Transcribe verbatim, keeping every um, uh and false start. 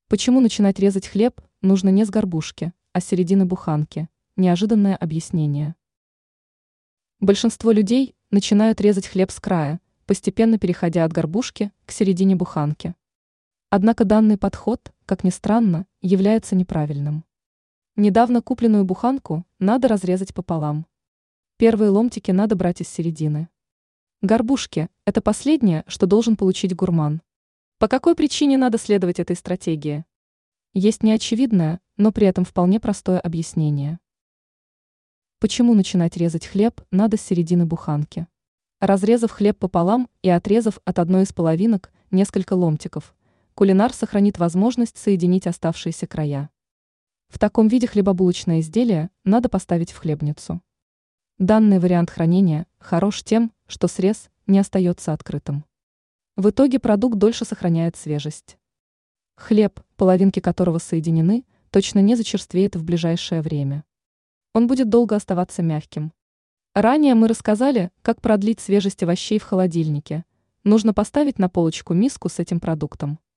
Почему начинать резать хлеб нужно не с горбушки, а с середины буханки? Неожиданное объяснение. Большинство людей начинают резать хлеб с края, постепенно переходя от горбушки к середине буханки. Однако данный подход, как ни странно, является неправильным. Недавно купленную буханку надо разрезать пополам. Первые ломтики надо брать из середины. Горбушки – это последнее, что должен получить гурман. По какой причине надо следовать этой стратегии? Есть неочевидное, но при этом вполне простое объяснение. Почему начинать резать хлеб надо с середины буханки? Разрезав хлеб пополам и отрезав от одной из половинок несколько ломтиков, кулинар сохранит возможность соединить оставшиеся края. В таком виде хлебобулочное изделие надо поставить в хлебницу. Данный вариант хранения хорош тем, что срез не остается открытым. В итоге продукт дольше сохраняет свежесть. Хлеб, половинки которого соединены, точно не зачерствеет в ближайшее время. Он будет долго оставаться мягким. Ранее мы рассказали, как продлить свежесть овощей в холодильнике. Нужно поставить на полочку миску с этим продуктом.